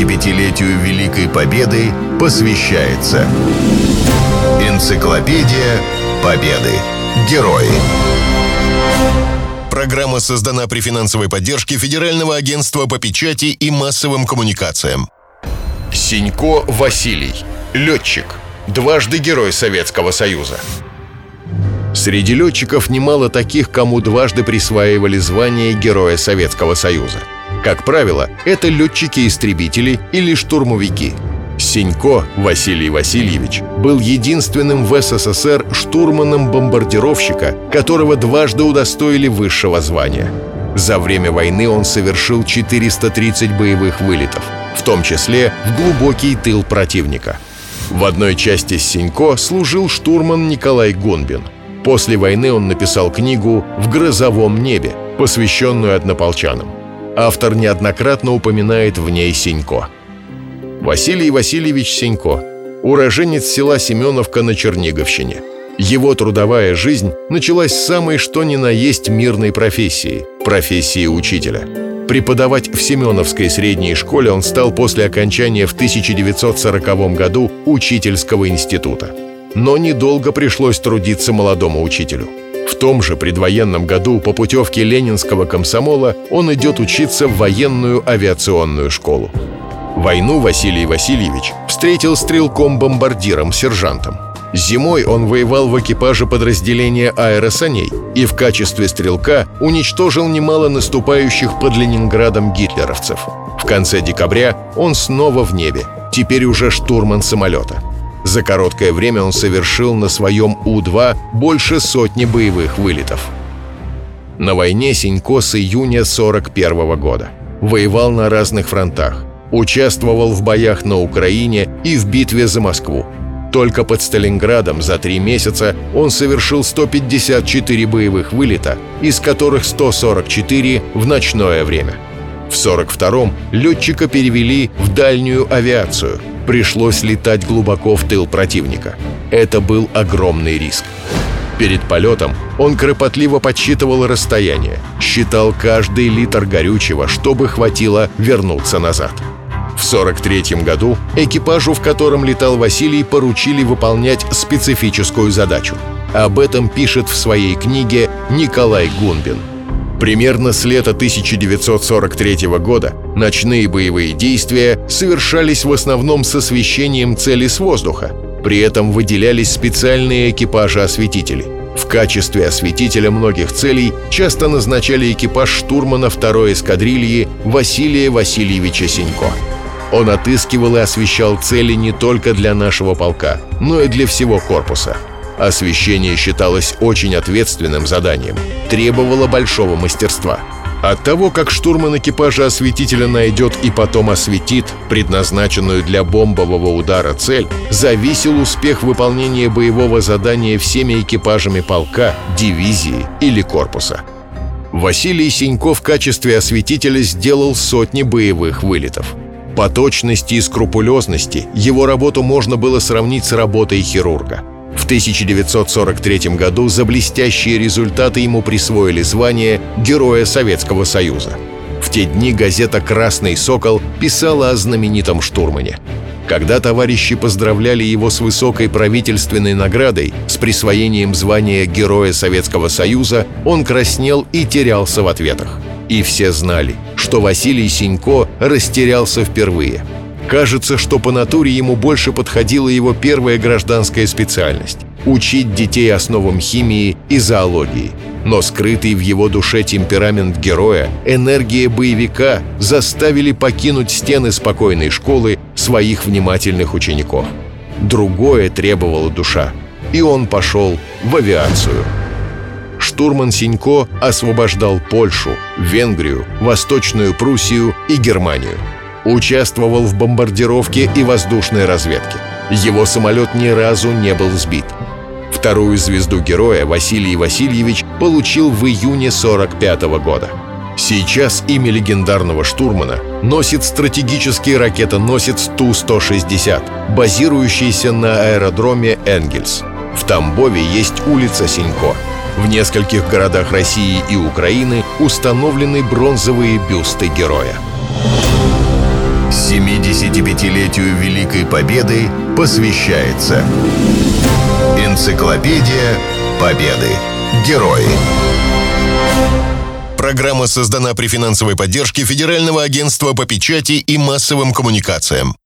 75-летию Великой Победы посвящается Энциклопедия Победы. Герои. Программа создана при финансовой поддержке Федерального агентства по печати и массовым коммуникациям. Сенько Василий. Летчик. Дважды Герой Советского Союза. Среди летчиков немало таких, кому дважды присваивали звание Героя Советского Союза. Как правило, это летчики-истребители или штурмовики. Сенько Василий Васильевич был единственным в СССР штурманом бомбардировщика, которого дважды удостоили высшего звания. За время войны он совершил 430 боевых вылетов, в том числе в глубокий тыл противника. В одной части с Сенько служил штурман Николай Гунбин. После войны он написал книгу «В грозовом небе», посвященную однополчанам. Автор неоднократно упоминает в ней Сенько. Василий Васильевич Сенько – уроженец села Семеновка на Черниговщине. Его трудовая жизнь началась с самой что ни на есть мирной профессии – профессии учителя. Преподавать в Семеновской средней школе он стал после окончания в 1940 году учительского института. Но недолго пришлось трудиться молодому учителю. В том же предвоенном году по путевке Ленинского комсомола он идет учиться в военную авиационную школу. Войну Василий Васильевич встретил стрелком-бомбардиром, сержантом. Зимой он воевал в экипаже подразделения аэросаней и в качестве стрелка уничтожил немало наступающих под Ленинградом гитлеровцев. В конце декабря он снова в небе, теперь уже штурман самолета. За короткое время он совершил на своем У-2 больше сотни боевых вылетов. На войне Сенько с июня 1941 года. Воевал на разных фронтах. Участвовал в боях на Украине и в битве за Москву. Только под Сталинградом за 3 месяца он совершил 154 боевых вылета, из которых 144 в ночное время. В 1942-м летчика перевели в дальнюю авиацию. Пришлось летать глубоко в тыл противника. Это был огромный риск. Перед полетом он кропотливо подсчитывал расстояние, считал каждый литр горючего, чтобы хватило вернуться назад. В 1943 году экипажу, в котором летал Василий, поручили выполнять специфическую задачу. Об этом пишет в своей книге Николай Гунбин. Примерно с лета 1943 года ночные боевые действия совершались в основном с освещением цели с воздуха. При этом выделялись специальные экипажи-осветители. В качестве осветителя многих целей часто назначали экипаж штурмана 2-й эскадрильи Василия Васильевича Сенько. Он отыскивал и освещал цели не только для нашего полка, но и для всего корпуса. Освещение считалось очень ответственным заданием, требовало большого мастерства. От того, как штурман экипажа осветителя найдет и потом осветит предназначенную для бомбового удара цель, зависел успех выполнения боевого задания всеми экипажами полка, дивизии или корпуса. Василий Сенько в качестве осветителя сделал сотни боевых вылетов. По точности и скрупулезности его работу можно было сравнить с работой хирурга. В 1943 году за блестящие результаты ему присвоили звание Героя Советского Союза. В те дни газета «Красный сокол» писала о знаменитом штурмане. Когда товарищи поздравляли его с высокой правительственной наградой, с присвоением звания Героя Советского Союза, он краснел и терялся в ответах. И все знали, что Василий Сенько растерялся впервые. Кажется, что по натуре ему больше подходила его первая гражданская специальность – учить детей основам химии и зоологии. Но скрытый в его душе темперамент героя, энергия боевика заставили покинуть стены спокойной школы своих внимательных учеников. Другое требовала душа, и он пошел в авиацию. Штурман Сенько освобождал Польшу, Венгрию, Восточную Пруссию и Германию. Участвовал в бомбардировке и воздушной разведке. Его самолет ни разу не был сбит. Вторую звезду героя Василий Васильевич получил в июне 1945 года. Сейчас имя легендарного штурмана носит стратегический ракетоносец Ту-160, базирующийся на аэродроме Энгельс. В Тамбове есть улица Сенько. В нескольких городах России и Украины установлены бронзовые бюсты героя. 75-летию Великой Победы посвящается Энциклопедия Победы. Герои. Программа создана при финансовой поддержке Федерального агентства по печати и массовым коммуникациям.